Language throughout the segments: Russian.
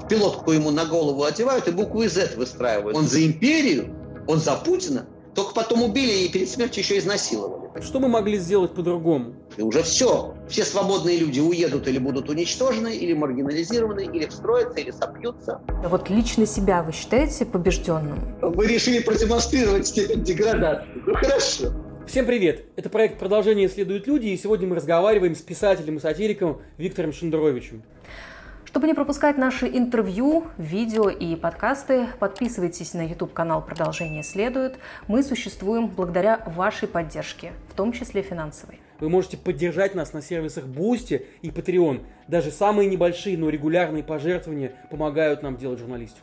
пилотку ему на голову одевают и букву Z выстраивают. Он за империю, он за Путина. Только потом убили и перед смертью еще изнасиловали. Что мы могли сделать по-другому? И уже все. Все свободные люди уедут или будут уничтожены, или маргинализированы, или встроятся, или сопьются. Вот лично себя вы считаете побежденным? Вы решили продемонстрировать степень деградации. Ну хорошо. Всем привет! Это проект «Продолжение исследуют люди», и сегодня мы разговариваем с писателем и сатириком Виктором Шендеровичем. Чтобы не пропускать наши интервью, видео и подкасты, подписывайтесь на YouTube-канал «Продолжение следует». Мы существуем благодаря вашей поддержке, в том числе финансовой. Вы можете поддержать нас на сервисах Boosty и Patreon. Даже самые небольшие, но регулярные пожертвования помогают нам делать журналистику.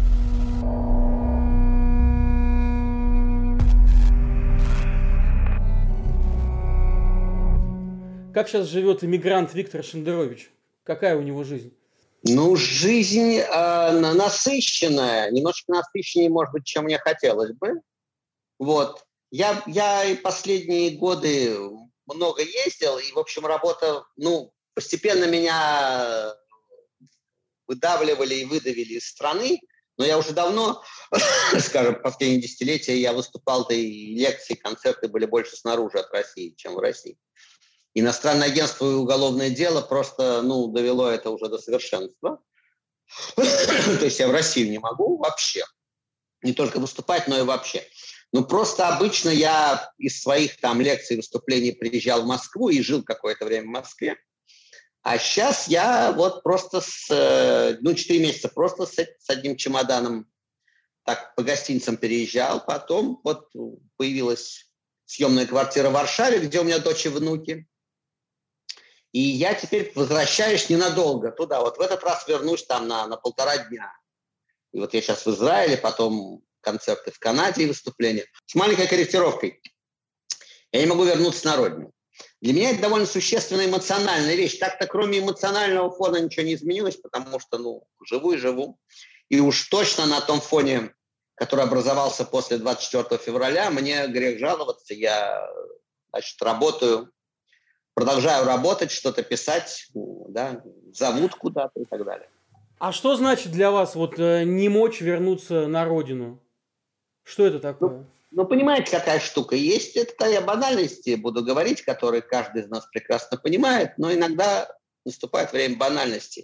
Как сейчас живет иммигрант Виктор Шендерович? Какая у него жизнь? Ну, жизнь насыщенная, немножко насыщеннее, может быть, чем мне хотелось бы. Вот. Я и последние годы много ездил, и, в общем, работа, постепенно меня выдавливали и выдавили из страны, но я уже давно, скажем, последние десятилетия я выступал, да и лекции, концерты были больше снаружи от России, чем в России. Иностранное агентство и уголовное дело просто, довело это уже до совершенства. То есть я в Россию не могу вообще. Не только выступать, но и вообще. Просто обычно я из своих там лекций, выступлений приезжал в Москву и жил какое-то время в Москве. А сейчас я вот просто 4 месяца просто с одним чемоданом так по гостиницам переезжал. Потом вот появилась съемная квартира в Варшаве, где у меня дочь и внуки. И я теперь возвращаюсь ненадолго туда. Вот в этот раз вернусь там на 1,5 дня. И вот я сейчас в Израиле, потом концерты в Канаде и выступления. С маленькой корректировкой. Я не могу вернуться на родину. Для меня это довольно существенная эмоциональная вещь. Так-то кроме эмоционального фона ничего не изменилось, потому что, живу и живу. И уж точно на том фоне, который образовался после 24 февраля, мне грех жаловаться. Я, работаю. Продолжаю работать, что-то писать, зовут куда-то и так далее. А что значит для вас не мочь вернуться на родину? Что это такое? Понимаете, какая штука? Есть, это я банальности буду говорить, которые каждый из нас прекрасно понимает, но иногда наступает время банальности.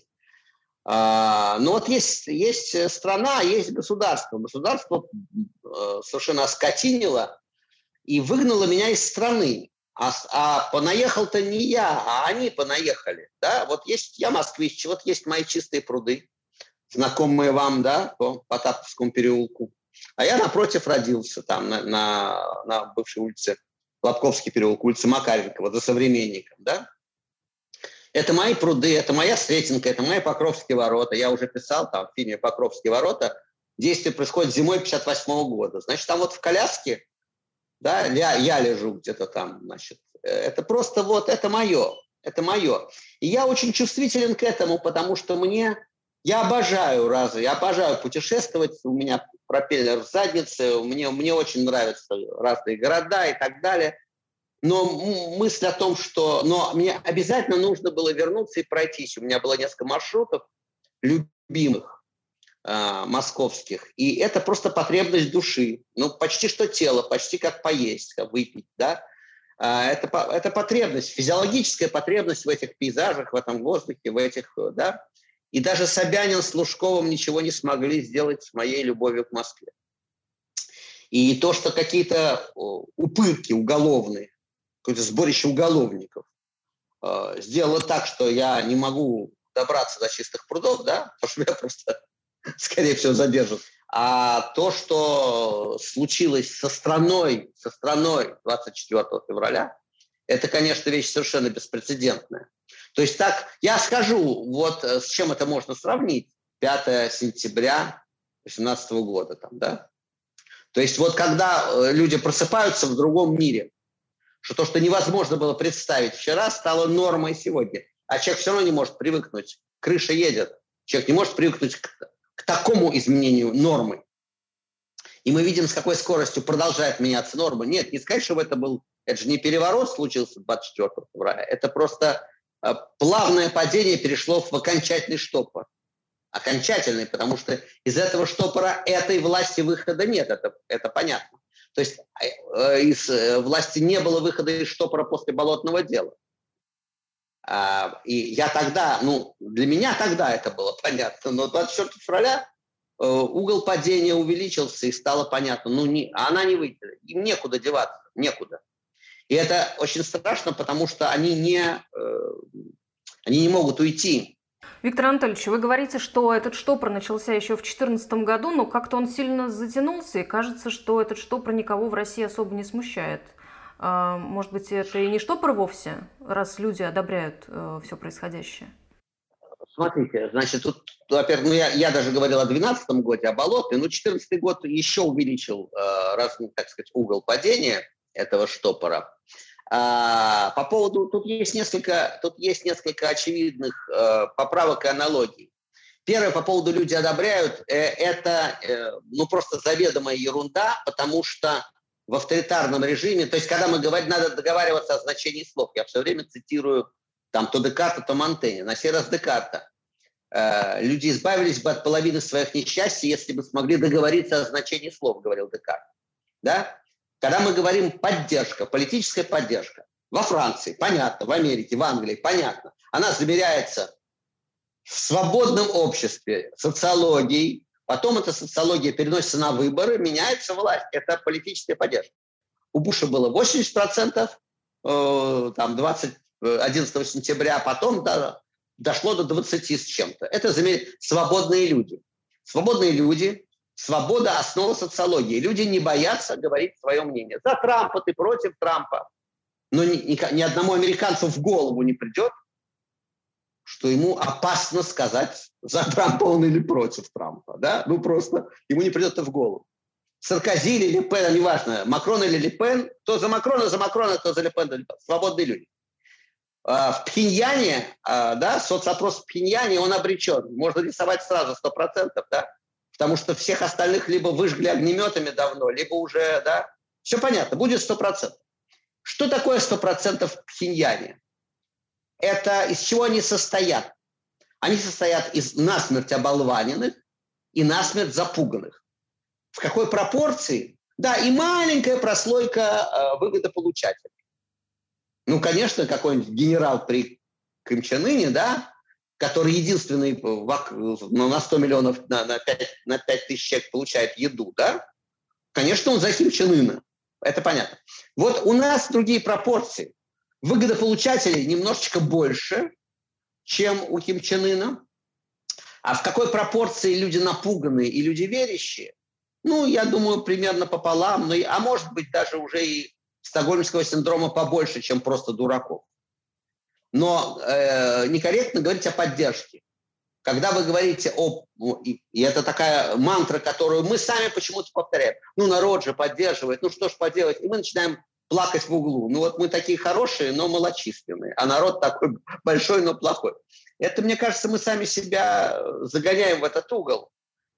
Есть страна, есть государство. Государство совершенно оскотинило и выгнало меня из страны. А понаехал-то не я, а они понаехали. Да? Вот я москвич, вот есть мои чистые пруды, знакомые вам, по Потаповскому переулку. А я напротив родился, там на бывшей улице, Лобковский переулок, улица Макаренкова, за Современником. Да? Это мои пруды, это моя Сретенка, это мои Покровские ворота. Я уже писал там в фильме «Покровские ворота». Действие происходит зимой 1958 года. Значит, там вот в коляске, да, я лежу где-то там, это просто это мое. И я очень чувствителен к этому, потому что я обожаю путешествовать, у меня пропеллер в заднице, мне очень нравятся разные города и так далее. Но мысль о том, но мне обязательно нужно было вернуться и пройтись. У меня было несколько маршрутов любимых, московских. И это просто потребность души. Почти что тело, почти как поесть, как выпить, да. Это потребность, физиологическая потребность в этих пейзажах, в этом воздухе, в этих, да. И даже Собянин с Лужковым ничего не смогли сделать с моей любовью к Москве. И то, что какие-то упырки уголовные, какое-то сборище уголовников сделало так, что я не могу добраться до чистых прудов, да, потому что меня просто, скорее всего, задержат. А то, что случилось со страной 24 февраля, это, конечно, вещь совершенно беспрецедентная. То есть так, я скажу, с чем это можно сравнить. 5 сентября 2018 года, да? То есть когда люди просыпаются в другом мире, что то, что невозможно было представить вчера, стало нормой сегодня. А человек все равно не может привыкнуть. Крыша едет. Человек не может привыкнуть к такому изменению нормы. И мы видим, с какой скоростью продолжает меняться норма. Нет, не сказать, что это же не переворот случился 24 февраля. Это просто плавное падение перешло в окончательный штопор. окончательный, потому что из этого штопора этой власти выхода нет, это понятно. То есть из власти не было выхода из штопора после Болотного дела. И я тогда, для меня тогда это было понятно, но 24 февраля угол падения увеличился, и стало понятно, она не выйдет, им некуда деваться, некуда. И это очень страшно, потому что они не могут уйти. Виктор Анатольевич, вы говорите, что этот штопор начался еще в 2014 году, но как-то он сильно затянулся, и кажется, что этот штопор никого в России особо не смущает. Может быть, это и не штопор вовсе, раз люди одобряют все происходящее? Смотрите, значит, тут, во-первых, я даже говорил о 2012 годе, о Болотной, 2014 год еще увеличил, так сказать, угол падения этого штопора. По поводу, тут есть несколько очевидных поправок и аналогий. Первое, по поводу люди одобряют, это просто заведомая ерунда, потому что в авторитарном режиме, то есть когда мы говорим, надо договариваться о значении слов. Я все время цитирую то Декарта, то Монтэня. На сей раз Декарта. Люди избавились бы от половины своих несчастий, если бы смогли договориться о значении слов, говорил Декарт. Да? Когда мы говорим поддержка, политическая поддержка, во Франции, понятно, в Америке, в Англии, понятно, она замеряется в свободном обществе социологией, потом эта социология переносится на выборы, меняется власть. Это политическая поддержка. У Буша было 80%, 11 сентября, потом дошло до 20 с чем-то. Это свободные люди. Свободные люди, свобода – основа социологии. Люди не боятся говорить свое мнение. За Трампа ты, против Трампа. Но ни одному американцу в голову не придет, что ему опасно сказать, за Трампа он или против Трампа. Да? Просто ему не придет это в голову. Саркози или Ле Пен, неважно, Макрон или Ле Пен, то за Макрона, то за Ле Пен. Свободные люди. В Пхеньяне, соцопрос в Пхеньяне, он обречен. Можно рисовать сразу 100%, да? Потому что всех остальных либо выжгли огнеметами давно, либо уже, все понятно, будет 100%. Что такое 100% в Пхеньяне? Это из чего они состоят? Они состоят из насмерть оболваненных и насмерть запуганных. В какой пропорции? Да, и маленькая прослойка выгодополучателей. Конечно, какой-нибудь генерал при Ким Чен Ыне, который единственный на 100 миллионов, на 5 тысяч человек получает еду, конечно, он за Ким Чен Ына. Это понятно. Вот у нас другие пропорции. Выгодополучателей немножечко больше, чем у Ким Чен Ына. А в какой пропорции люди напуганные и люди верящие? Я думаю, примерно пополам, а может быть даже уже и стокгольмского синдрома побольше, чем просто дураков. Но некорректно говорить о поддержке. Когда вы говорите и это такая мантра, которую мы сами почему-то повторяем. Народ же поддерживает, что ж поделать? И мы начинаем плакать в углу. Мы такие хорошие, но малочисленные. А народ такой большой, но плохой. Это, мне кажется, мы сами себя загоняем в этот угол.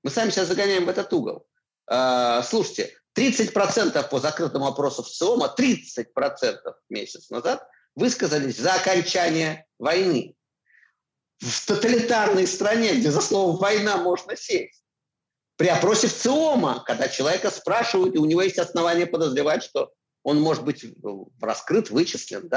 Слушайте, 30% по закрытому опросу ВЦИОМа, 30% месяц назад высказались за окончание войны. В тоталитарной стране, где за слово «война» можно сесть. При опросе ВЦИОМа, когда человека спрашивают, и у него есть основания подозревать, что он может быть раскрыт, вычислен,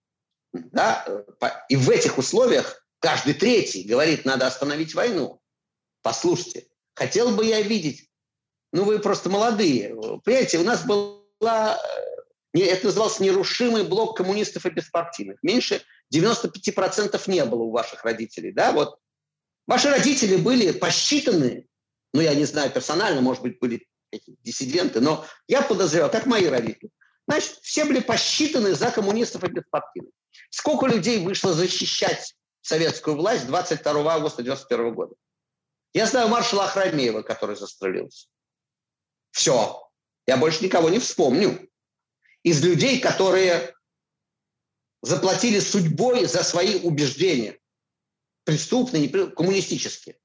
и в этих условиях каждый третий говорит, надо остановить войну. Послушайте, хотел бы я видеть, вы просто молодые. Понимаете, у нас была, это назывался нерушимый блок коммунистов и беспартийных. Меньше 95% не было у ваших родителей. Ваши родители были посчитаны, я не знаю персонально, может быть, были диссиденты, но я подозреваю, как мои родители. Значит, все были посчитаны за коммунистов и беспартийных. Сколько людей вышло защищать советскую власть 22 августа 1991 года? Я знаю маршала Ахрамеева, который застрелился. Все. Я больше никого не вспомню. Из людей, которые заплатили судьбой за свои убеждения. Преступные, коммунистические.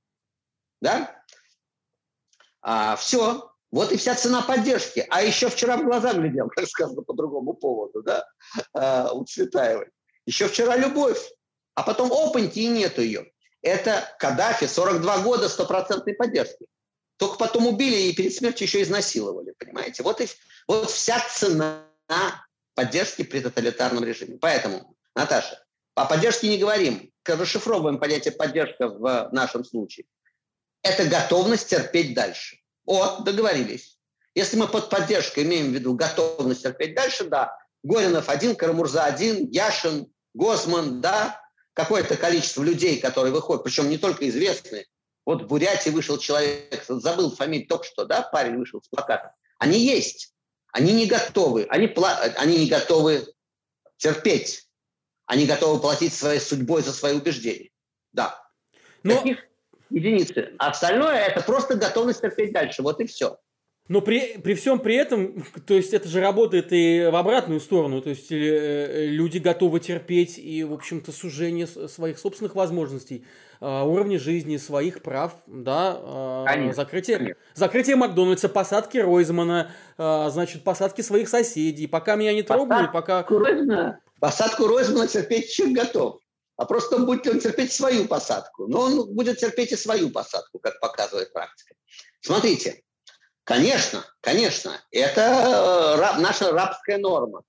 Все. Вот и вся цена поддержки. А еще вчера в глаза глядел, как сказано по другому поводу, у Цветаевой. Еще вчера любовь. А потом опаньки, и нету ее. Это Каддафи, 42 года стопроцентной поддержки. Только потом убили и перед смертью еще изнасиловали, понимаете? Вот вся цена поддержки при тоталитарном режиме. Поэтому, Наташа, о поддержке не говорим. Расшифровываем понятие поддержка в нашем случае. Это готовность терпеть дальше. Договорились. Если мы под поддержкой имеем в виду готовность терпеть дальше, да. Горинов 1, Карамурза 1, Яшин, Госман, да. Какое-то количество людей, которые выходят, причем не только известные. Вот в Бурятии вышел человек, забыл фамилию только что, да, парень вышел с плакатом. Они есть. Они не готовы. Они не готовы терпеть. Они готовы платить своей судьбой за свои убеждения. Да. Таких единицы. А остальное – это просто готовность терпеть дальше. Вот и все. Но при всем при этом, то есть это же работает и в обратную сторону, то есть люди готовы терпеть и, в общем-то, сужение своих собственных возможностей, уровня жизни, своих прав, да, закрытие Макдональдса, посадки Ройзмана, значит, посадки своих соседей, пока меня не трогают, Посадку Ройзмана терпеть человек готов. А просто будет ли он терпеть свою посадку? Но он будет терпеть и свою посадку, как показывает практика. Смотрите. Конечно, это наша рабская норма.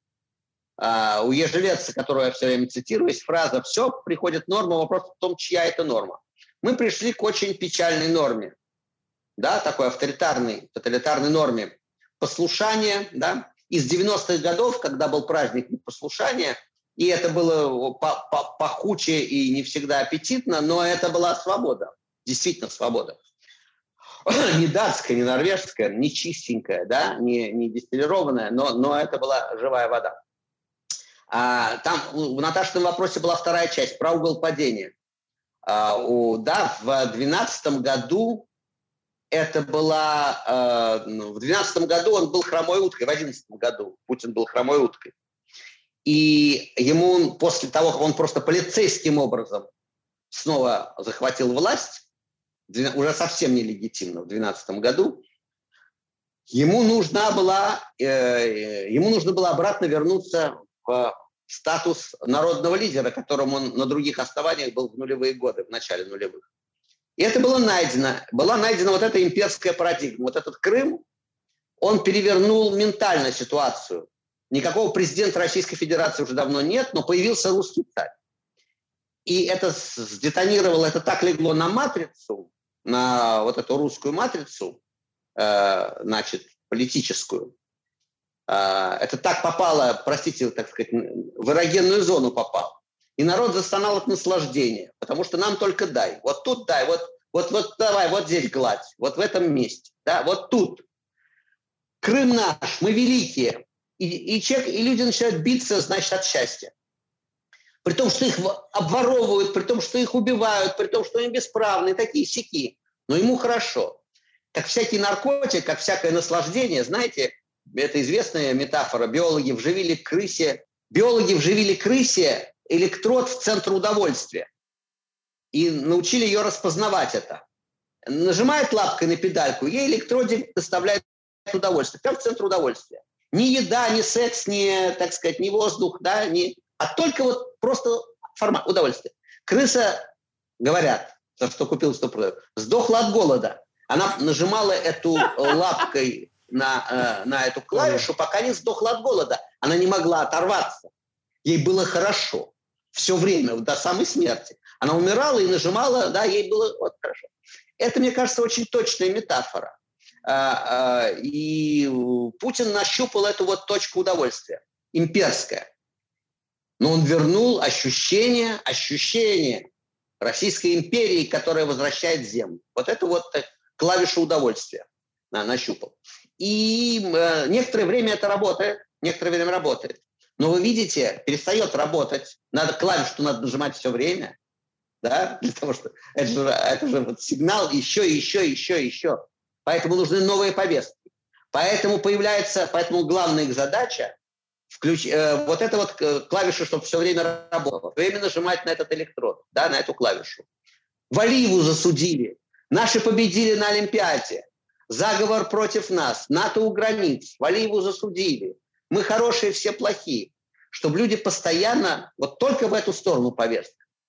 У Ежелеца, которую я все время цитирую, есть фраза «все приходит норма, вопрос в том, чья это норма». Мы пришли к очень печальной норме, да, такой авторитарной, тоталитарной норме послушания, да, из 90-х годов, когда был праздник послушания, и это было пахуче и не всегда аппетитно, но это была свобода, действительно свобода. Не датская, не норвежская, не чистенькая, да, не дистиллированная, но это была живая вода. Там в Наташином вопросе была вторая часть про угол падения. В 2012 году это была... В 2012 году он был хромой уткой, в 2011 году Путин был хромой уткой. И ему после того, как он просто полицейским образом снова захватил власть, уже совсем нелегитимно в 2012 году, ему нужно было обратно вернуться в статус народного лидера, которым он на других основаниях был в нулевые годы, в начале нулевых. И это было найдено. Была найдена вот эта имперская парадигма. Вот этот Крым, он перевернул ментально ситуацию. Никакого президента Российской Федерации уже давно нет, но появился русский царь. И это сдетонировало, это так легло на матрицу, на вот эту русскую матрицу, значит, политическую. Это так попало, простите, так сказать, в эрогенную зону попал. И народ застонал от наслаждения, потому что нам только дай. Вот тут дай, вот давай, вот здесь гладь, вот в этом месте, да, вот тут. Крым наш, мы великие. И люди начинают биться, значит, от счастья. При том, что их обворовывают, при том, что их убивают, при том, что они бесправные, такие-сяки. Но ему хорошо. Как всякий наркотик, как всякое наслаждение, знаете, это известная метафора, биологи вживили крысе электрод в центр удовольствия и научили ее распознавать это. Нажимает лапкой на педальку, ей электродик доставляет удовольствие, прямо в центр удовольствия. Ни еда, ни секс, ни, так сказать, ни воздух, да, а только вот просто формат удовольствия. Крыса, говорят, что купил, что продает, сдохла от голода. Она нажимала эту лапкой на эту клавишу, пока не сдохла от голода. Она не могла оторваться. Ей было хорошо. Все время, до самой смерти. Она умирала и нажимала, да, ей было вот хорошо. Это, мне кажется, очень точная метафора. И Путин нащупал эту вот точку удовольствия, имперская. Но он вернул ощущение Российской империи, которая возвращает землю. Вот эту вот клавишу удовольствия нащупал. И некоторое время это работает, Но вы видите, перестает работать. Клавишу надо нажимать все время, да, для того, что это же вот сигнал еще. Поэтому нужны новые повестки. Поэтому главная их задача вот эта вот клавиша, чтобы все время работала. Все время нажимать на этот электрод, да, на эту клавишу. Валиеву засудили. Наши победили на Олимпиаде. Заговор против нас. НАТО у границ. Валиеву засудили. Мы хорошие, все плохие. Чтобы люди постоянно вот только в эту сторону повестка.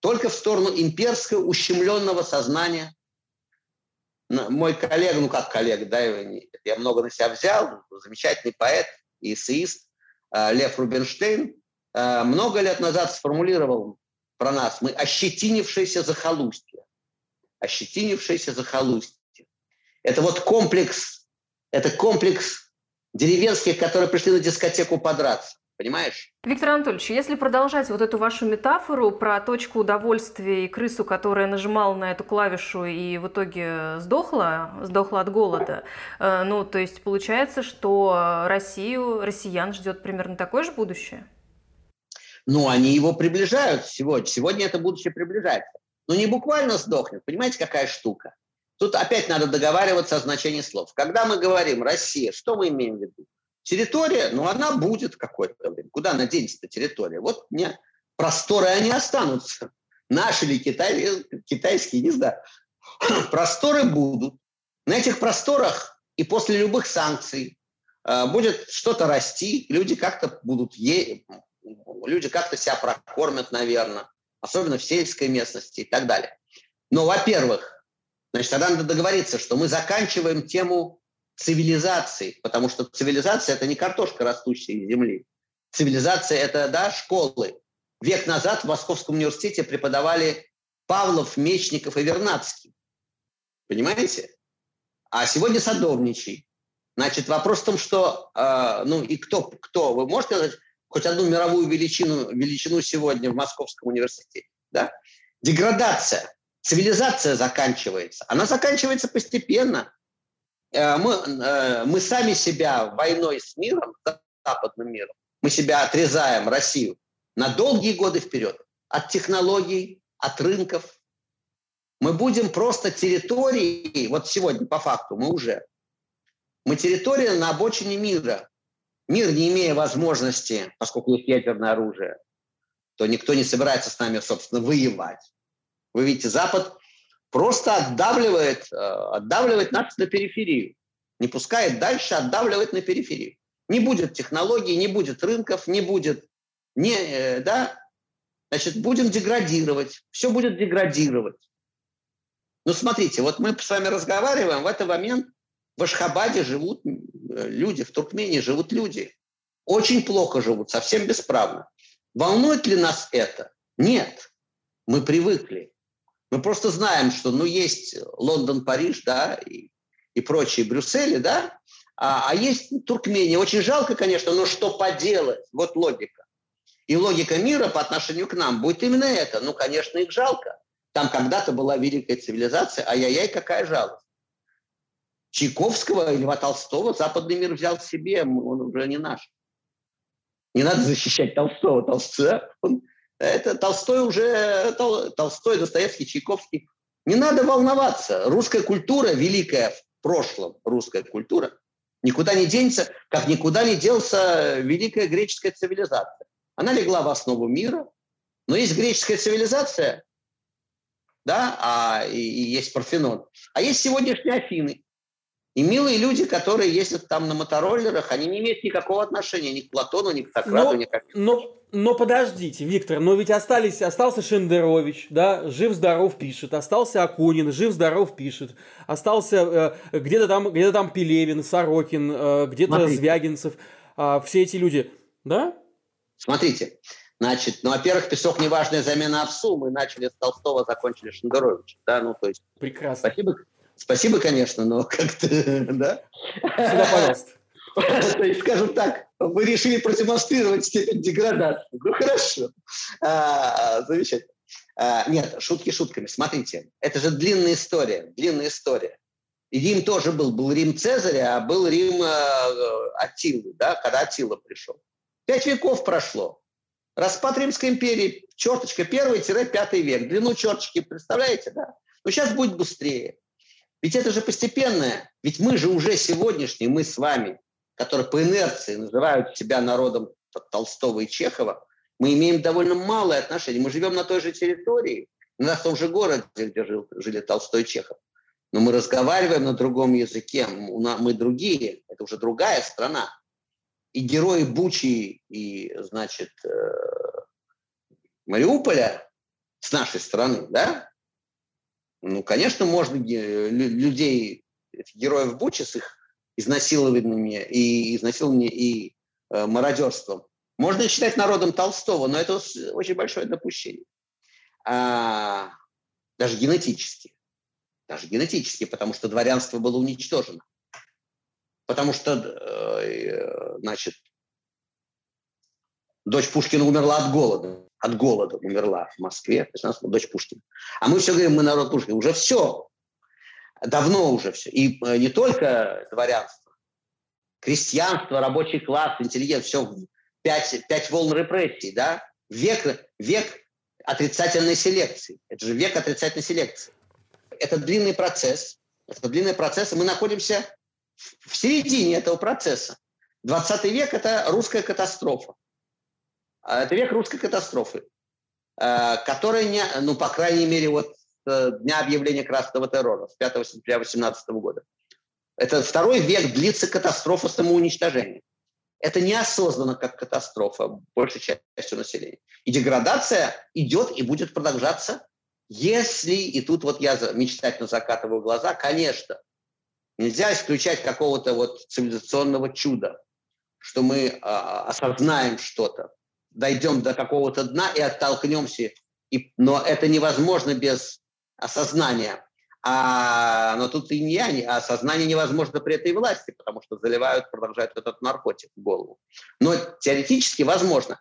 только в сторону имперского ущемленного сознания. Мой коллега, ну как коллега, да, я много на себя взял, замечательный поэт и эссеист Лев Рубинштейн много лет назад сформулировал про нас: мы ощетинившиеся захолустье. Ощетинившиеся захолустье. Это вот комплекс деревенских, которые пришли на дискотеку подраться. Понимаешь? Виктор Анатольевич, если продолжать вот эту вашу метафору про точку удовольствия и крысу, которая нажимала на эту клавишу и в итоге сдохла от голода, ну, то есть получается, что россиян ждет примерно такое же будущее? Ну, они его приближают сегодня. Сегодня это будущее приближается. Но не буквально сдохнет. Понимаете, какая штука? Тут опять надо договариваться о значении слов. Когда мы говорим «Россия», что мы имеем в виду? Территория, ну, она будет какое-то время. Куда она денется-то, территория? Вот мне просторы, они останутся. Наши или китайские, не знаю. Просторы будут. На этих просторах и после любых санкций будет что-то расти. Люди как-то будут люди как-то себя прокормят, наверное. Особенно в сельской местности и так далее. Но, во-первых, значит, тогда надо договориться, что мы заканчиваем тему цивилизации, потому что цивилизация – это не картошка, растущая из земли. Цивилизация – это, да, школы. Век назад в Московском университете преподавали Павлов, Мечников и Вернадский. Понимаете? А сегодня Садовничий. Значит, вопрос в том, что, ну и кто? Вы можете сказать хоть одну мировую величину сегодня в Московском университете? Да? Деградация. Цивилизация заканчивается. Она заканчивается постепенно. Мы сами себя войной с миром, с западным миром, мы себя отрезаем, Россию, на долгие годы вперед. От технологий, от рынков. Мы будем просто территорией, вот сегодня по факту мы территория на обочине мира. Мир, не имея возможности, поскольку есть ядерное оружие, то никто не собирается с нами, собственно, воевать. Вы видите, Запад просто отдавливает нас на периферию. Не пускает дальше, отдавливает на периферию. Не будет технологий, не будет рынков, не будет... Значит, будем деградировать. Все будет деградировать. Ну, смотрите, вот мы с вами разговариваем, в этот момент в Ашхабаде живут люди, в Туркмении живут люди. Очень плохо живут, совсем бесправно. Волнует ли нас это? Нет. Мы привыкли. Мы просто знаем, что есть Лондон, Париж, да, и прочие Брюссели, да, а есть Туркмения. Очень жалко, конечно, но что поделать? Вот логика. И логика мира по отношению к нам будет именно это. Ну, конечно, их жалко. Там когда-то была великая цивилизация, ай-яй-яй, какая жалость. Чайковского или Льва Толстого западный мир взял себе, он уже не наш. Не надо защищать Толстого. Толстой, Достоевский, Чайковский. Не надо волноваться. Русская культура, великая в прошлом русская культура, никуда не денется, как никуда не делся великая греческая цивилизация. Она легла в основу мира, но есть греческая цивилизация, да, и есть Парфенон, а есть сегодняшние Афины. И милые люди, которые ездят там на мотороллерах, они не имеют никакого отношения ни к Платону, ни к Сократу, ни к... Но подождите, Виктор, но ведь остался Шендерович, да, жив-здоров пишет, остался Акунин, жив-здоров пишет, остался где-то там Пелевин, Сорокин, где-то Звягинцев, все эти люди, да? Смотрите, значит, во-первых, «Песок» неважная замена овсу, мы начали с Толстого, закончили Шендеровичем, да, ну, то есть... Прекрасно. Спасибо, конечно, но как-то, да? Сюда, пожалуйста. То есть, скажем так, вы решили продемонстрировать степень деградации. Ну, хорошо. Замечательно. Нет, шутки шутками. Смотрите, это же длинная история. И Рим тоже был Рим Цезаря, а был Рим Аттилы, да, когда Аттила пришел. 5 веков прошло. Распад Римской империи, черточка, 1-5 век. Длину черточки представляете, да? Но сейчас будет быстрее. Ведь это же постепенное. Ведь мы же уже сегодняшние, мы с вами, которые по инерции называют себя народом Толстого и Чехова, мы имеем довольно малое отношение. Мы живем на той же территории, на том же городе, где жили Толстой и Чехов. Но мы разговариваем на другом языке. Мы другие. Это уже другая страна. И герои Бучи и, значит, Мариуполя с нашей стороны, да? Ну, конечно, можно людей, героев Бучи с их изнасилованиями и мародерством, можно считать народом Толстого, но это очень большое допущение. Даже генетически, потому что дворянство было уничтожено. Потому что, значит, дочь Пушкина умерла от голода. От голода умерла в Москве. То есть у нас дочь Пушкина. А мы все говорим, мы народ Пушкина. Уже все. Давно уже все. И не только дворянство. Крестьянство, рабочий класс, интеллигент. Все. 5 волн репрессий. Да? Век отрицательной селекции. Это же век отрицательной селекции. Это длинный процесс. И мы находимся в середине этого процесса. 20 век – это русская катастрофа. Это век русской катастрофы, которая, ну, по крайней мере, вот с дня объявления Красного террора, с 5 сентября 18 года. Это второй век длится катастрофа самоуничтожения. Это неосознанно как катастрофа большей частью населения. И деградация идет и будет продолжаться, если, и тут вот я мечтательно закатываю глаза, конечно, нельзя исключать какого-то вот цивилизационного чуда, что мы осознаем что-то, дойдем до какого-то дна и оттолкнемся. Но это невозможно без осознания. Но тут и не я, осознание невозможно при этой власти, потому что продолжают этот наркотик в голову. Но теоретически возможно.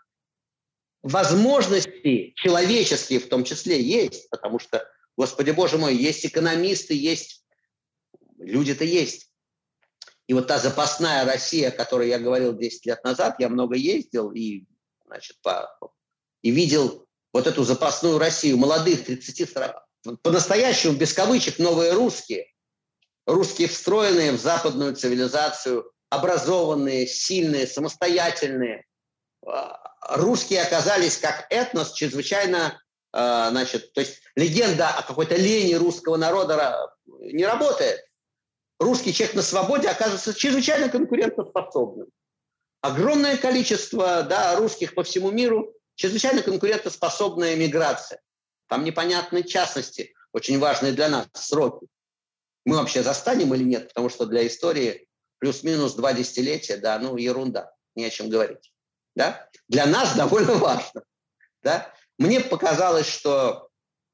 Возможности человеческие в том числе есть, потому что, Господи Боже мой, есть экономисты, есть люди-то есть. И вот та запасная Россия, о которой я говорил 10 лет назад, я много ездил и, значит, и видел вот эту запасную Россию, молодых 30-40, по-настоящему, без кавычек, новые русские. Русские, встроенные в западную цивилизацию, образованные, сильные, самостоятельные. Русские оказались как этнос чрезвычайно, значит, то есть легенда о какой-то лени русского народа не работает. Русский человек на свободе оказывается чрезвычайно конкурентоспособным. Огромное количество, да, русских по всему миру, чрезвычайно конкурентоспособная миграция. Там непонятны частности, очень важные для нас сроки. Мы вообще застанем или нет, потому что для истории плюс-минус 2 десятилетия, да, ну ерунда, не о чем говорить. Да? Для нас довольно важно. Да? Мне показалось, что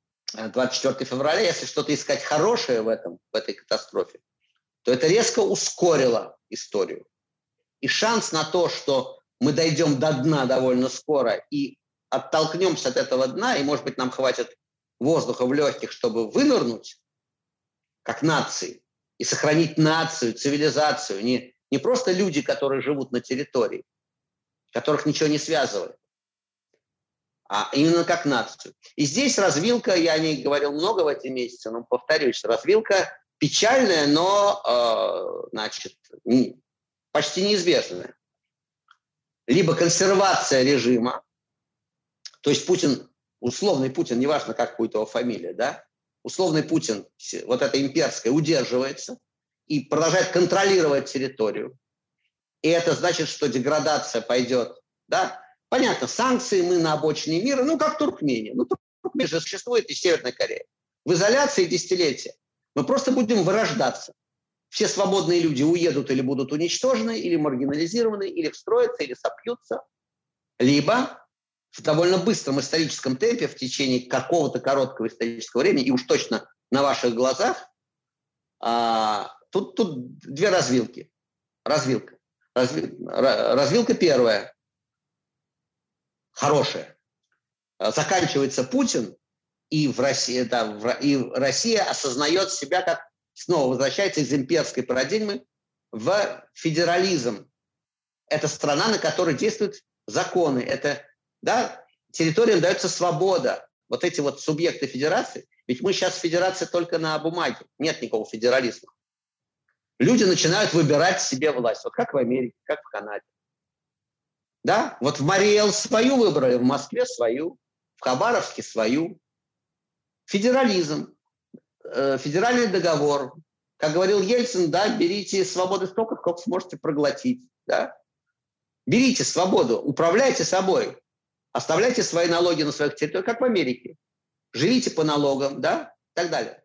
24 февраля, если что-то искать хорошее в этой катастрофе, то это резко ускорило историю. И шанс на то, что мы дойдем до дна довольно скоро и оттолкнемся от этого дна, и, может быть, нам хватит воздуха в легких, чтобы вынырнуть, как нации, и сохранить нацию, цивилизацию. Не просто люди, которые живут на территории, которых ничего не связывает, а именно как нацию. И здесь развилка, я о ней говорил много в эти месяцы, но повторюсь, развилка печальная, но, значит, почти неизбежная. Либо консервация режима, то есть Путин, условный Путин, неважно, как будет его фамилия, да, условный Путин, вот это имперское, удерживается и продолжает контролировать территорию. И это значит, что деградация пойдет, да. Понятно, санкции мы на обочине мира, ну, как Туркмения. Ну, Туркмения же существует и Северная Корея. В изоляции десятилетия мы просто будем вырождаться. Все свободные люди уедут или будут уничтожены, или маргинализированы, или встроятся, или сопьются. Либо в довольно быстром историческом темпе в течение какого-то короткого исторического времени, и уж точно на ваших глазах, тут 2 развилки. Развилка первая, хорошая. Заканчивается Путин, и Россия осознает себя как снова возвращается из имперской парадигмы в федерализм. Это страна, на которой действуют законы. Это, да, территориям дается свобода. Вот эти вот субъекты федерации, ведь мы сейчас федерация только на бумаге, нет никакого федерализма. Люди начинают выбирать себе власть, вот как в Америке, как в Канаде. Да? Вот в Мариэл свою выбрали, в Москве свою, в Хабаровске свою. Федерализм. Федеральный договор. Как говорил Ельцин, да, берите свободы столько, сколько сможете проглотить. Да? Берите свободу, управляйте собой, оставляйте свои налоги на своих территориях, как в Америке. живите по налогам, да, и так далее.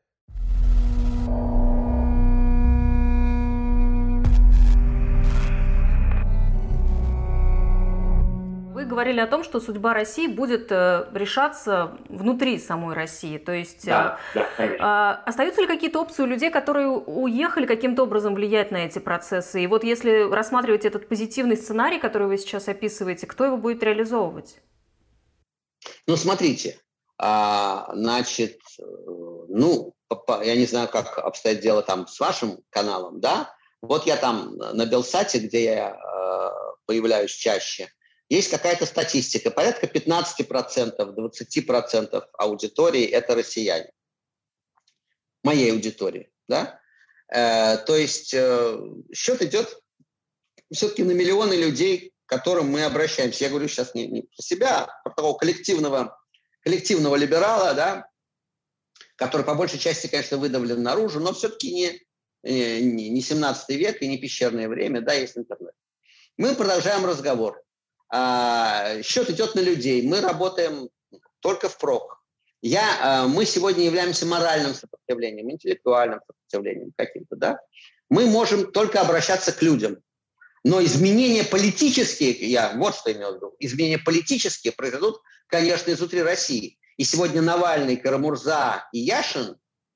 Вы говорили о том, что судьба России будет решаться внутри самой России. То есть остаются ли какие-то опции у людей, которые уехали, каким-то образом влиять на эти процессы? И вот если рассматривать этот позитивный сценарий, который вы сейчас описываете, кто его будет реализовывать? Ну, смотрите, значит, я не знаю, как обстоит дело там с вашим каналом, да? Вот я там на Белсате, где я появляюсь чаще, есть какая-то статистика. Порядка 15%, 20% аудитории – это россияне. Моей аудитории, да? То есть счет идет все-таки на миллионы людей, к которым мы обращаемся. Я говорю сейчас не про себя, а про такого коллективного либерала, да, который по большей части, конечно, выдавлен наружу, но все-таки не 17 век и не пещерное время, да, есть интернет. Мы продолжаем разговор. Счет идет на людей. Мы работаем только впрок. Мы сегодня являемся моральным сопротивлением, интеллектуальным сопротивлением каким-то, да. Мы можем только обращаться к людям. Но изменения политические, вот что имел в виду, изменения политические произойдут, конечно, изнутри России. И сегодня Навальный, Карамурза и Яшин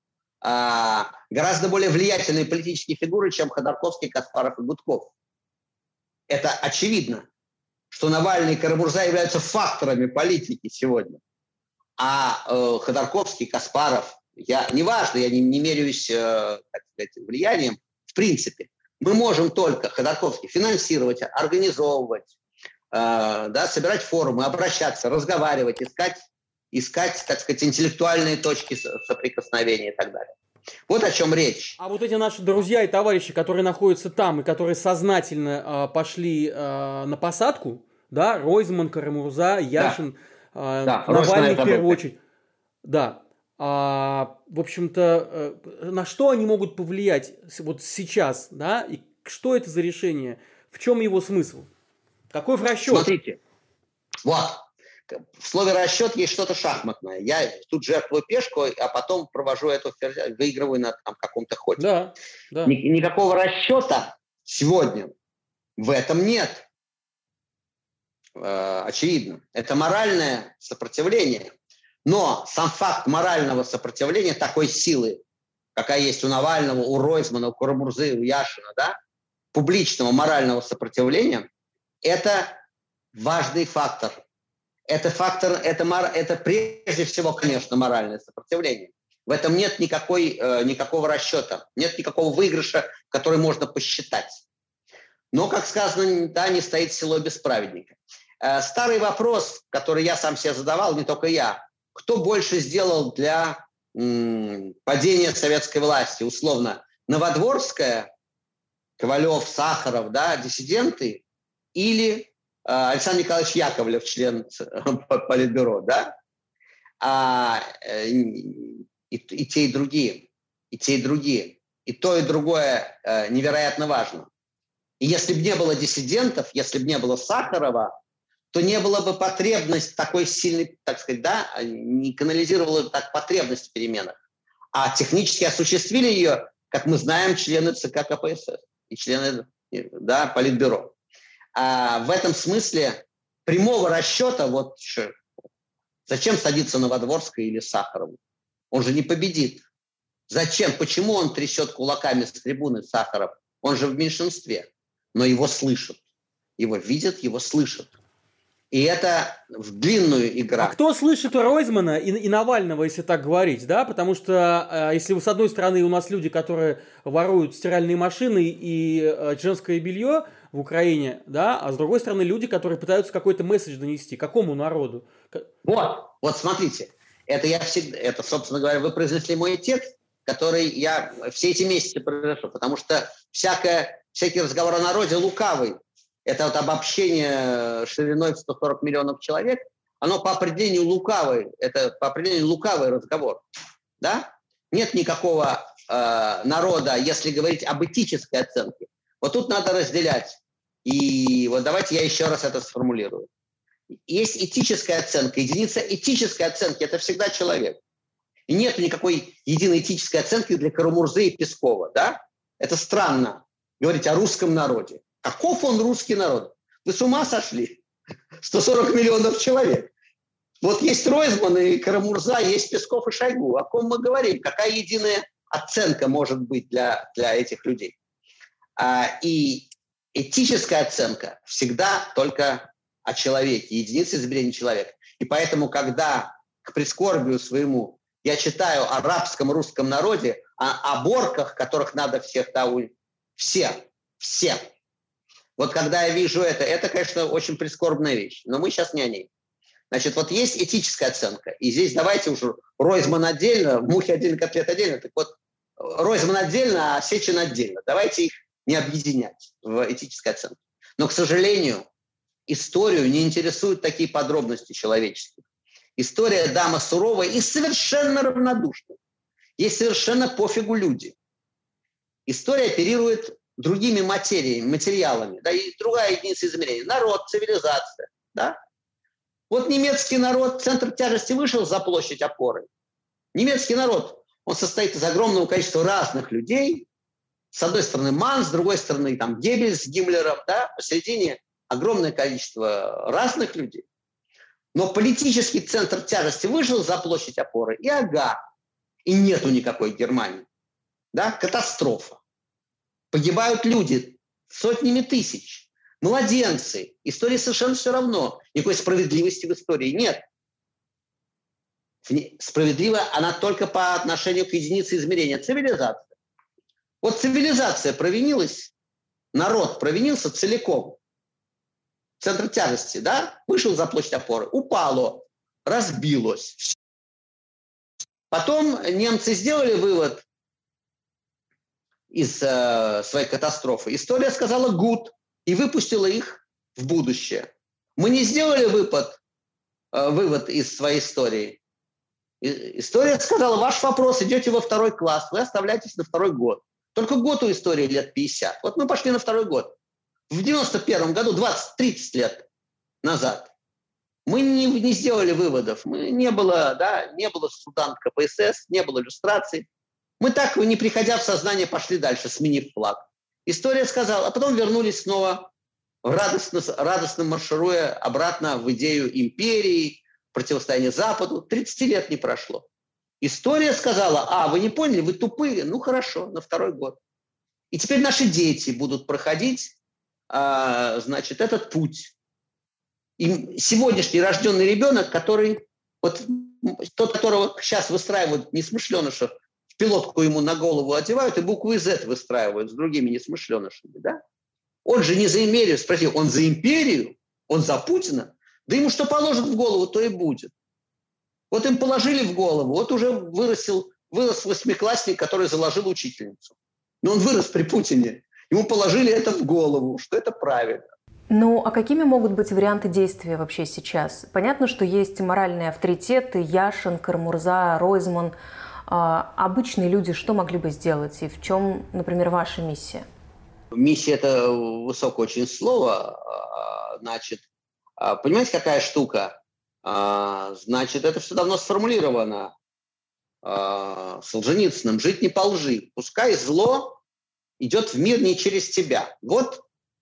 гораздо более влиятельные политические фигуры, чем Ходорковский, Каспаров и Гудков. Это очевидно, что Навальный и Карамурза являются факторами политики сегодня. А Ходорковский, Каспаров, я не меряюсь, так сказать, влиянием в принципе. Мы можем только, Ходорковский, финансировать, организовывать, собирать форумы, обращаться, разговаривать, искать, так сказать, интеллектуальные точки соприкосновения и так далее. Вот о чем речь. А вот эти наши друзья и товарищи, которые находятся там и которые сознательно пошли на посадку, да, Ройзман, Карамурза, Яшин, Навальный в первую очередь. Да. В общем-то, на что они могут повлиять вот сейчас, да, и что это за решение, в чем его смысл? Какой расчет? Смотрите, вот, в слове расчет есть что-то шахматное. Я тут жертвую пешку, а потом провожу эту, выигрываю на каком-то ходе. Да. Никакого расчета сегодня в этом нет. Очевидно. Это моральное сопротивление. Но сам факт морального сопротивления такой силы, какая есть у Навального, у Ройзмана, у Карамурзы, у Яшина, да, публичного морального сопротивления, это важный фактор. Это прежде всего, конечно, моральное сопротивление. В этом нет никакого расчета, нет никакого выигрыша, который можно посчитать. Но, как сказано, да, не стоит село без праведника. Старый вопрос, который я сам себе задавал, не только я. Кто больше сделал для падения советской власти? Условно, Новодворская, Ковалев, Сахаров, да, диссиденты, или Александр Николаевич Яковлев, член Политбюро, да? И те, и другие. И те, и другие. И то, и другое невероятно важно. И если бы не было диссидентов, если бы не было Сахарова, то не было бы потребности такой сильной, так сказать, да, не канализировала бы так потребность в переменах. А технически осуществили ее, как мы знаем, члены ЦК КПСС и члены, да, Политбюро. А в этом смысле прямого расчета, вот зачем садиться Новодворской или Сахарову? Он же не победит. Зачем? Почему он трясет кулаками с трибуны, Сахаров? Он же в меньшинстве. Но его слышат. Его видят, его слышат. И это в длинную игру. А кто слышит Ройзмана и Навального, если так говорить, да? Потому что если с одной стороны у нас люди, которые воруют стиральные машины и женское белье в Украине, да, а с другой стороны люди, которые пытаются какой-то месседж донести. Какому народу? Вот смотрите. Это, собственно говоря, вы произнесли мой текст, который я все эти месяцы произношу, потому что всякий разговор о народе лукавый. Это вот обобщение шириной в 140 миллионов человек, оно по определению лукавый, это по определению лукавый разговор. Да? Нет никакого народа, если говорить об этической оценке. Вот тут надо разделять. И вот давайте я еще раз это сформулирую. есть этическая оценка. Единица этической оценки – это всегда человек. И нет никакой единой этической оценки для Карамурзы и Пескова. Да? Это странно говорить о русском народе. Каков он русский народ? Вы с ума сошли? 140 миллионов человек. Вот есть Ройзман и Карамурза, есть Песков и Шойгу. О ком мы говорим? Какая единая оценка может быть для этих людей? И этическая оценка всегда только о человеке, единица измерения человека. И поэтому, когда к прискорбию своему я читаю о арабском русском народе, о борках, которых надо всех все. Вот когда я вижу это, конечно, очень прискорбная вещь. Но мы сейчас не о ней. Значит, вот есть этическая оценка. И здесь давайте уже Ройзман отдельно, мухи отдельно, котлет отдельно. Так вот, Ройзман отдельно, а Сечин отдельно. Давайте их не объединять в этической оценке. Но, к сожалению, историю не интересуют такие подробности человеческие. История дама суровая и совершенно равнодушная. Ей совершенно пофигу люди. История оперирует другими материалами, да, и другая единица измерения. Народ, цивилизация. Да? Вот немецкий народ, центр тяжести вышел за площадь опоры. Немецкий народ, он состоит из огромного количества разных людей. С одной стороны Ман, с другой стороны там Геббельс с Гиммлером. Да? Посередине огромное количество разных людей. Но политический центр тяжести вышел за площадь опоры, и и нету никакой Германии. Да? Катастрофа. Погибают люди сотнями тысяч. Младенцы. Истории совершенно все равно. Никакой справедливости в истории нет. Справедливая она только по отношению к единице измерения. Цивилизация. Вот цивилизация провинилась, народ провинился целиком. Центр тяжести, да, вышел за площадь опоры, упало, разбилось. Потом немцы сделали вывод из своей катастрофы. История сказала «гуд» и выпустила их в будущее. Мы не сделали вывод из своей истории. История сказала: ваш вопрос, идете во 2 класс, вы оставляетесь на 2 год. Только год у истории лет 50. Вот мы пошли на 2 год. В 91 году, 20-30 лет назад, мы не сделали выводов. Не было Судан КПСС, не было иллюстраций. Мы так, не приходя в сознание, пошли дальше, сменив флаг. История сказала, а потом вернулись снова, радостно маршируя обратно в идею империи, противостояния Западу. 30 лет не прошло. История сказала: вы не поняли, вы тупые, ну хорошо, на 2 год. И теперь наши дети будут проходить, этот путь. И сегодняшний рожденный ребенок, тот, которого сейчас выстраивают несмышленышев, в пилотку ему на голову одевают и букву Z выстраивают с другими несмышленышами, да? Он же не за империю, спроси, он за империю, он за Путина, да ему что положат в голову, то и будет. Вот им положили в голову, вот уже вырос 8-классник, который заложил учительницу. Но он вырос при Путине, ему положили это в голову, что это правильно. Ну, а какими могут быть варианты действия вообще сейчас? Понятно, что есть моральные авторитеты, Яшин, Карамурза, Ройзман. Обычные люди что могли бы сделать? И в чем, например, ваша миссия? Миссия – это высокое очень слово. Значит, понимаете, какая штука? Значит, это все давно сформулировано Солженицыным. Жить не по лжи. Пускай зло идет в мир не через тебя. Вот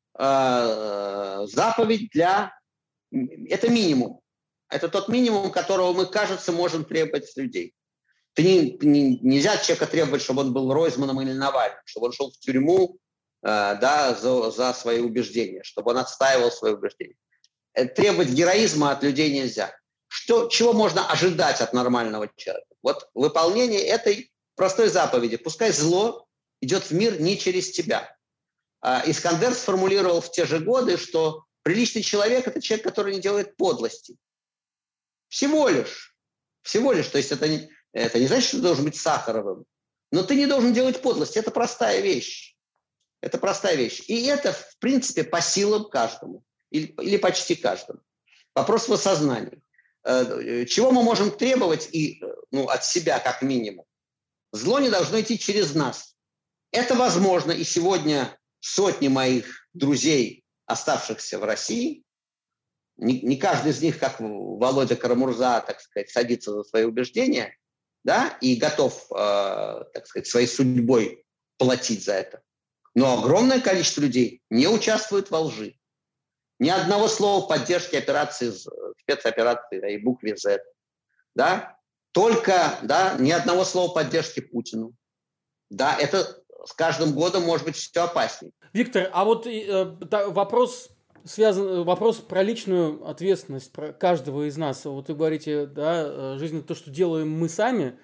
заповедь это минимум. Это тот минимум, которого мы, кажется, можем требовать с людей. Нельзя от человека требовать, чтобы он был Ройзманом или Навальным, чтобы он шел в тюрьму за свои убеждения, чтобы он отстаивал свои убеждения. Требовать героизма от людей нельзя. Чего можно ожидать от нормального человека? Вот выполнение этой простой заповеди. Пускай зло идет в мир не через тебя. Искандер сформулировал в те же годы, что приличный человек – это человек, который не делает подлости. Всего лишь. То есть это не значит, что ты должен быть Сахаровым. Но ты не должен делать подлости. Это простая вещь. И это, в принципе, по силам каждому. Или почти каждому. Вопрос в осознании. Чего мы можем требовать от себя как минимум? Зло не должно идти через нас. Это возможно. И сегодня сотни моих друзей, оставшихся в России, не каждый из них, как Володя Карамурза, так сказать, садится за свои убеждения, да, и готов, так сказать, своей судьбой платить за это. Но огромное количество людей не участвует во лжи. Ни одного слова поддержки операции, спецоперации и букве Z. Да? Только, да, ни одного слова поддержки Путину. Да, это с каждым годом может быть все опаснее. Виктор, а вот вопрос про личную ответственность про каждого из нас. Вот вы говорите, да, жизнь – это то, что делаем мы сами.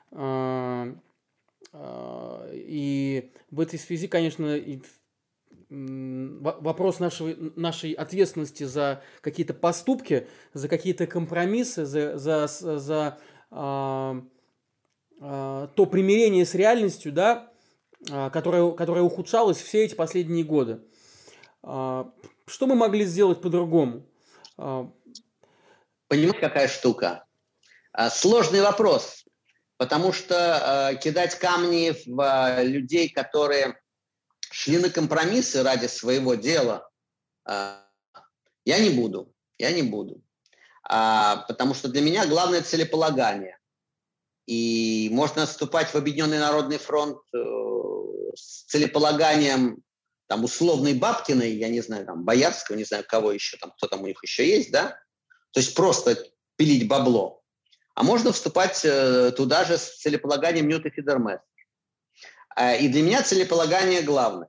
И в этой связи, конечно, вопрос нашей ответственности за какие-то поступки, за какие-то компромиссы, за то примирение с реальностью, да, которое ухудшалось все эти последние годы. Что мы могли сделать по-другому? Понимаете, какая штука? Сложный вопрос, потому что кидать камни в людей, которые шли на компромиссы ради своего дела, я не буду. Потому что для меня главное целеполагание. И можно вступать в Объединенный народный фронт с целеполаганием там, условной Бабкиной, я не знаю, там, Боярского, не знаю, кого еще, там, кто там у них еще есть, да? То есть просто пилить бабло. А можно вступать туда же с целеполаганием Ньюта Фидермеса. И для меня целеполагание главное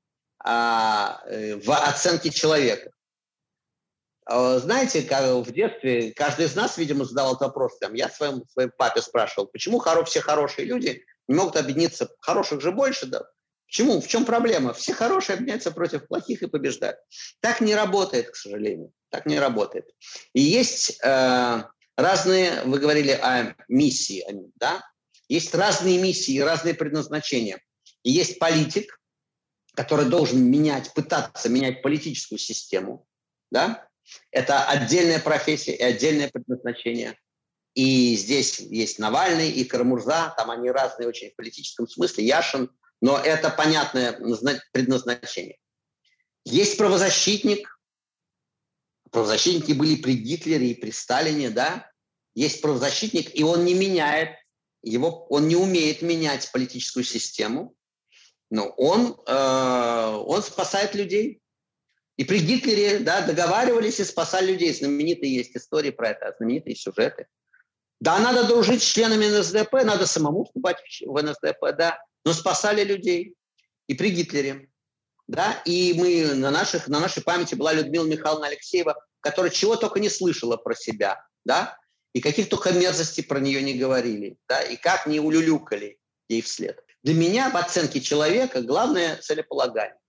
в оценке человека. Знаете, в детстве каждый из нас, видимо, задавал этот вопрос. Я своему папе спрашивал, почему все хорошие люди не могут объединиться? Хороших же больше, да? Почему? В чем проблема? Все хорошие объединяются против плохих и побеждают. Так не работает, к сожалению. Так не работает. И есть разные, вы говорили о миссии, да? Есть разные миссии и разные предназначения. И есть политик, который должен пытаться менять политическую систему, да? Это отдельная профессия и отдельное предназначение. И здесь есть Навальный и Карамурза, там они разные очень в политическом смысле, Яшин, но это понятное предназначение. Есть правозащитник. Правозащитники были при Гитлере и при Сталине, да? Есть правозащитник, и он не меняет он не умеет менять политическую систему, но он спасает людей. И при Гитлере, да, договаривались и спасали людей. Знаменитые есть истории про это, знаменитые сюжеты. Да, надо дружить с членами НСДАП, надо самому вступать в НСДАП, да, но спасали людей. И при Гитлере. Да, и мы на нашей памяти была Людмила Михайловна Алексеева, которая чего только не слышала про себя, да, и каких только мерзостей про нее не говорили, да, и как не улюлюкали ей вслед. Для меня в оценке человека главное целеполагание.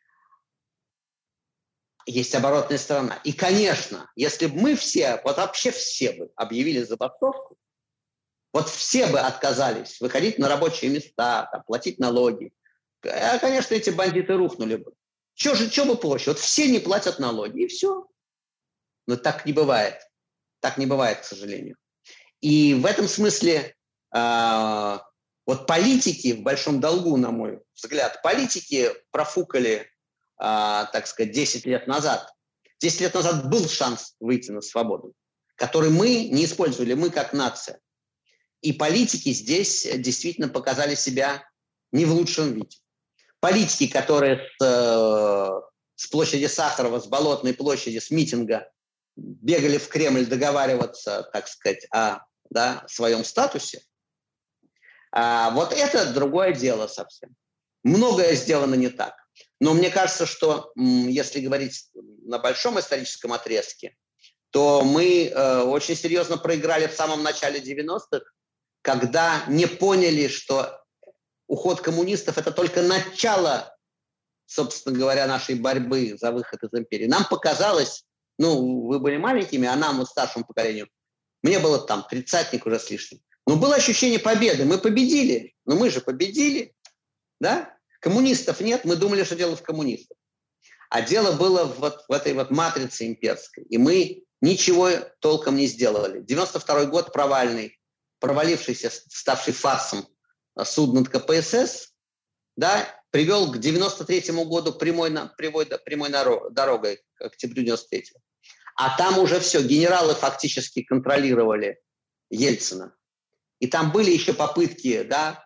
Есть оборотная сторона. И, конечно, если бы мы все, вот вообще все бы объявили забастовку, вот все бы отказались выходить на рабочие места, там, платить налоги, конечно, эти бандиты рухнули бы. Что бы проще? Вот все не платят налоги, и все. Но так не бывает. Так не бывает, к сожалению. И в этом смысле вот политики в большом долгу, на мой взгляд, политики профукали, так сказать, 10 лет назад. 10 лет назад был шанс выйти на свободу, который мы не использовали, мы как нация. И политики здесь действительно показали себя не в лучшем виде. Политики, которые с площади Сахарова, с Болотной площади, с митинга бегали в Кремль договариваться, так сказать, о своем статусе, вот это другое дело совсем. Многое сделано не так. Но мне кажется, что если говорить на большом историческом отрезке, то мы очень серьезно проиграли в самом начале 90-х, когда не поняли, что уход коммунистов – это только начало, собственно говоря, нашей борьбы за выход из империи. Нам показалось, вы были маленькими, а нам, старшему поколению, мне было там 30-ник уже с лишним. Но было ощущение победы. Мы победили. Но мы же победили. Да? Коммунистов нет. Мы думали, что дело в коммунистах. А дело было вот в этой вот матрице имперской. И мы ничего толком не сделали. 92-й год провалившийся, ставший фарсом суд над КПСС, да, привел к 93-му году прямой дорогой, к октябрю 93-го. А там уже все, генералы фактически контролировали Ельцина. И там были еще попытки, да,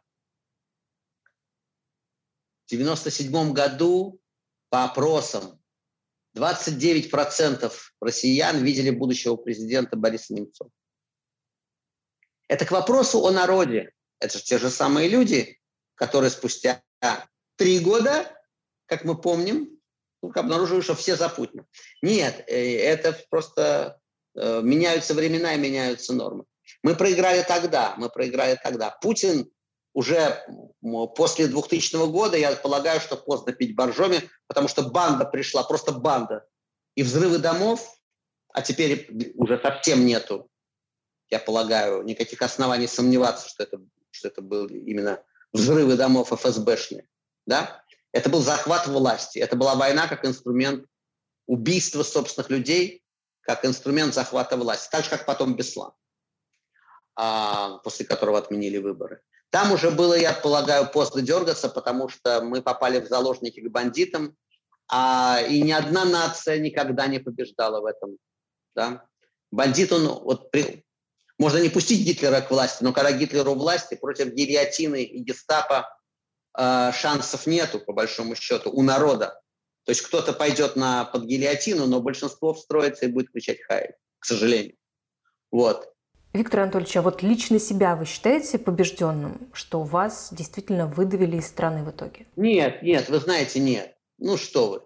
в 1997 году по опросам 29% россиян видели будущего президента Бориса Немцова. Это к вопросу о народе. Это же те же самые люди, которые спустя 3 года, как мы помним, обнаружили, что все за Путина. Нет, это просто меняются времена и меняются нормы. Мы проиграли тогда. Путин уже после 2000 года, я полагаю, что поздно пить боржоми, потому что банда пришла, просто банда. И взрывы домов, а теперь уже совсем нету, я полагаю, никаких оснований сомневаться, что это были именно взрывы домов ФСБшные. Да? Это был захват власти. Это была война как инструмент убийства собственных людей, как инструмент захвата власти. Так же, как потом Беслан, после которого отменили выборы. Там уже было, я полагаю, поздно дергаться, потому что мы попали в заложники к бандитам, и ни одна нация никогда не побеждала в этом. Да? Бандит, можно не пустить Гитлера к власти, но когда Гитлер у власти, против гильотины и гестапо шансов нету, по большому счету, у народа. То есть кто-то пойдет под гильотину, но большинство встроится и будет кричать «Хай», к сожалению. Вот. Виктор Анатольевич, а вот лично себя вы считаете побежденным, что вас действительно выдавили из страны в итоге? Нет, вы знаете, нет. Ну что вы.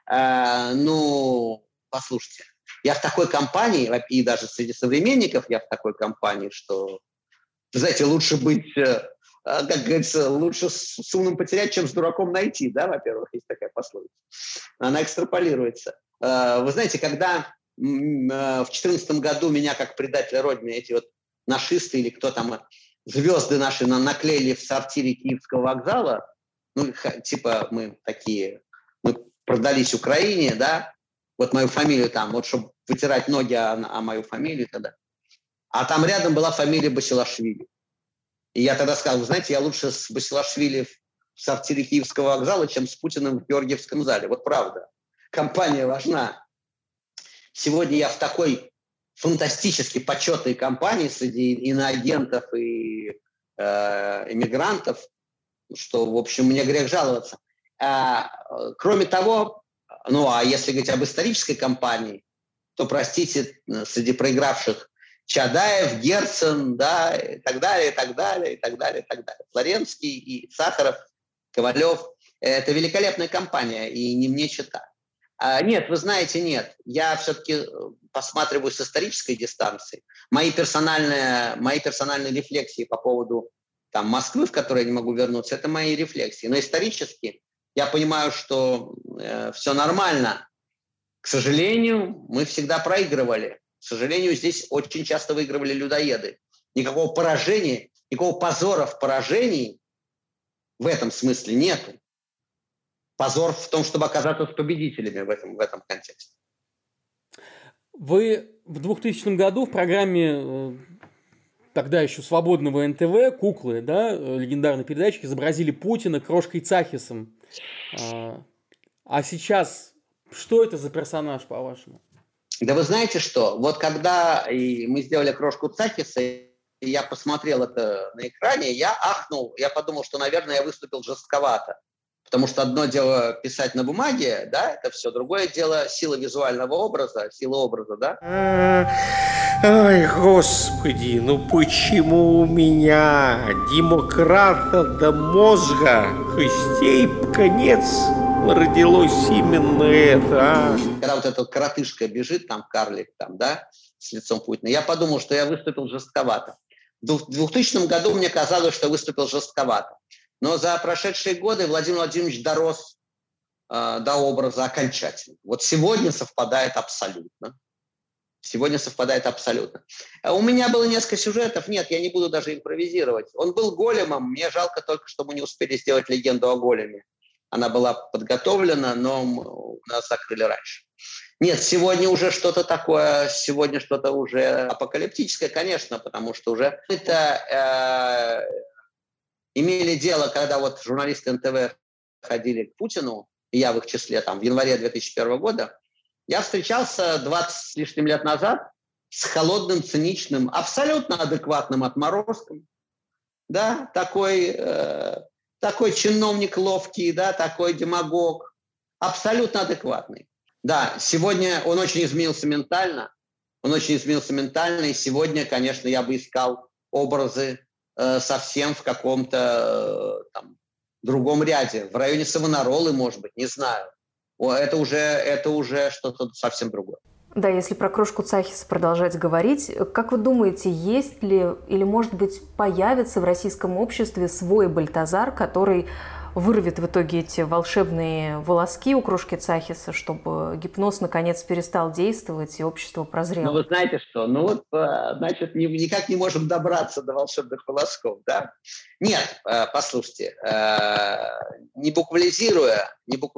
Послушайте, я в такой компании, и даже среди современников я в такой компании, что, вы знаете, лучше быть, как говорится, лучше с умным потерять, чем с дураком найти, да, во-первых, есть такая пословица. Она экстраполируется. Вы знаете, когда в 2014 году меня, как предателя Родины, эти вот нашисты или кто там, звезды наши наклеили в сортире Киевского вокзала, мы продались Украине, да, вот мою фамилию там, вот чтобы вытирать ноги о мою фамилию тогда. А там рядом была фамилия Басилашвили. И я тогда сказал, вы знаете, я лучше с Басилашвили в сортире Киевского вокзала, чем с Путиным в Георгиевском зале. Вот правда. Компания важна. Сегодня я в такой фантастически почетной компании среди иноагентов и эмигрантов, что, в общем, мне грех жаловаться. Кроме того, а если говорить об исторической кампании, то, простите, среди проигравших Чадаев, Герцен, да, и так далее. Флоренский и Сахаров, Ковалев. Это великолепная кампания, и не мне чета. Нет, вы знаете, нет. Я все-таки посматриваю с исторической дистанции. Мои персональные рефлексии по поводу Москвы, в которой я не могу вернуться, это мои рефлексии. Но исторически я понимаю, что все нормально. К сожалению, мы всегда проигрывали. К сожалению, здесь очень часто выигрывали людоеды. Никакого поражения, никакого позора в поражении в этом смысле нету. Позор в том, чтобы оказаться с победителями в этом контексте. Вы в 2000 году в программе тогда еще свободного НТВ «Куклы», да, легендарной передачи, изобразили Путина крошкой Цахисом. А сейчас что это за персонаж, по-вашему? Да вы знаете что? Вот когда мы сделали крошку Цахиса, и я посмотрел это на экране, я ахнул, я подумал, что, наверное, я выступил жестковато. Потому что одно дело писать на бумаге, да, это все. Другое дело сила визуального образа, да. Ой, Господи, почему у меня, демократа до мозга, костей в конец родилось именно это, Когда вот эта коротышка бежит, карлик, да, с лицом Путина, я подумал, что я выступил жестковато. В 2000 году мне казалось, что выступил жестковато. Но за прошедшие годы Владимир Владимирович дорос до образа окончательно. Вот сегодня совпадает абсолютно. У меня было несколько сюжетов. Нет, я не буду даже импровизировать. Он был големом. Мне жалко только, что мы не успели сделать легенду о големе. Она была подготовлена, но нас закрыли раньше. Нет, сегодня уже что-то такое, сегодня что-то уже апокалиптическое, конечно, потому что уже это... имели дело, когда вот журналисты НТВ ходили к Путину, и я в их числе, в январе 2001 года, Я встречался 20 с лишним лет назад с холодным, циничным, абсолютно адекватным отморозком. Да, такой чиновник ловкий, да, такой демагог, абсолютно адекватный. Да, сегодня он очень изменился ментально, и сегодня, конечно, я бы искал образы совсем в каком-то другом ряде, в районе Савонаролы, может быть, не знаю. Это уже что-то совсем другое. Да, если про крошку Цахиса продолжать говорить, как вы думаете, есть ли или, может быть, появится в российском обществе свой Бальтазар, который вырвет в итоге эти волшебные волоски у крошки Цахиса, чтобы гипноз наконец перестал действовать и общество прозрело? Ну, вы знаете что? Значит, никак не можем добраться до волшебных волосков, да? Нет, послушайте, не буквализируя,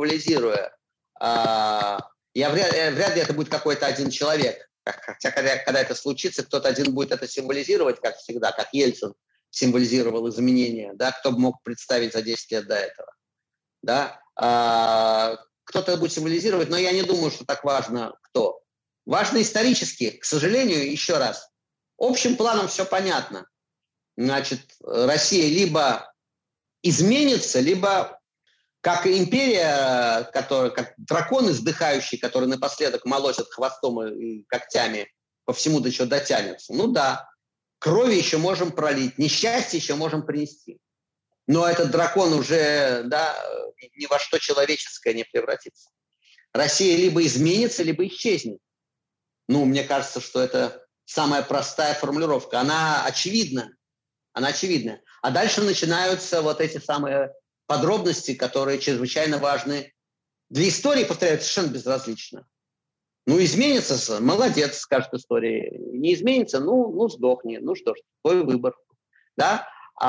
я вряд ли это будет какой-то один человек. Хотя, когда это случится, кто-то один будет это символизировать, как всегда, как Ельцин символизировал изменения, да, кто бы мог представить за 10 лет до этого. Да? Кто-то будет символизировать, но я не думаю, что так важно кто. Важно исторически, к сожалению, еще раз. Общим планом все понятно. Значит, Россия либо изменится, либо как империя, как дракон издыхающий, который напоследок молотит хвостом и когтями по всему, до чего дотянется. Ну да, крови еще можем пролить, несчастье еще можем принести. Но этот дракон уже ни во что человеческое не превратится. Россия либо изменится, либо исчезнет. Мне кажется, что это самая простая формулировка. Она очевидна. А дальше начинаются вот эти самые подробности, которые чрезвычайно важны. Для истории, повторяю, совершенно безразлично. Изменится, молодец, скажет история. Не изменится, сдохни. Что ж, твой выбор. Да?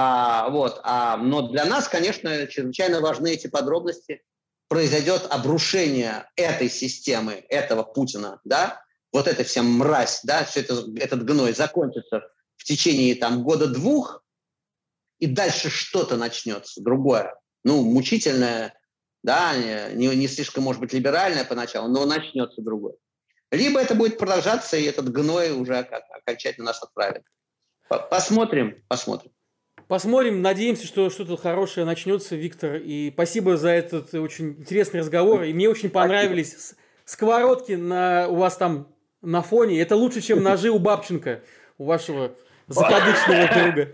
Но для нас, конечно, чрезвычайно важны эти подробности. Произойдет обрушение этой системы, этого Путина, да? Вот эта вся мразь, да, все этот гной закончится в течение года-двух, и дальше что-то начнется другое. Мучительное, да, не слишком, может быть, либеральное поначалу, но начнется другое. Либо это будет продолжаться, и этот гной уже окончательно нас отправит. Посмотрим. Посмотрим, надеемся, что что-то хорошее начнется, Виктор. И спасибо за этот очень интересный разговор. И мне очень понравились сковородки у вас там на фоне. Это лучше, чем ножи у Бабченко, у вашего закадычного друга.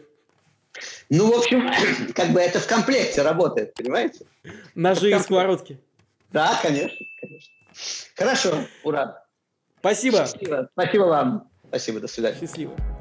В общем, это в комплекте работает, понимаете? Ножи и сковородки. Да, конечно. Хорошо, ура. Спасибо. Счастливо. Спасибо вам. Спасибо, до свидания. Счастливо.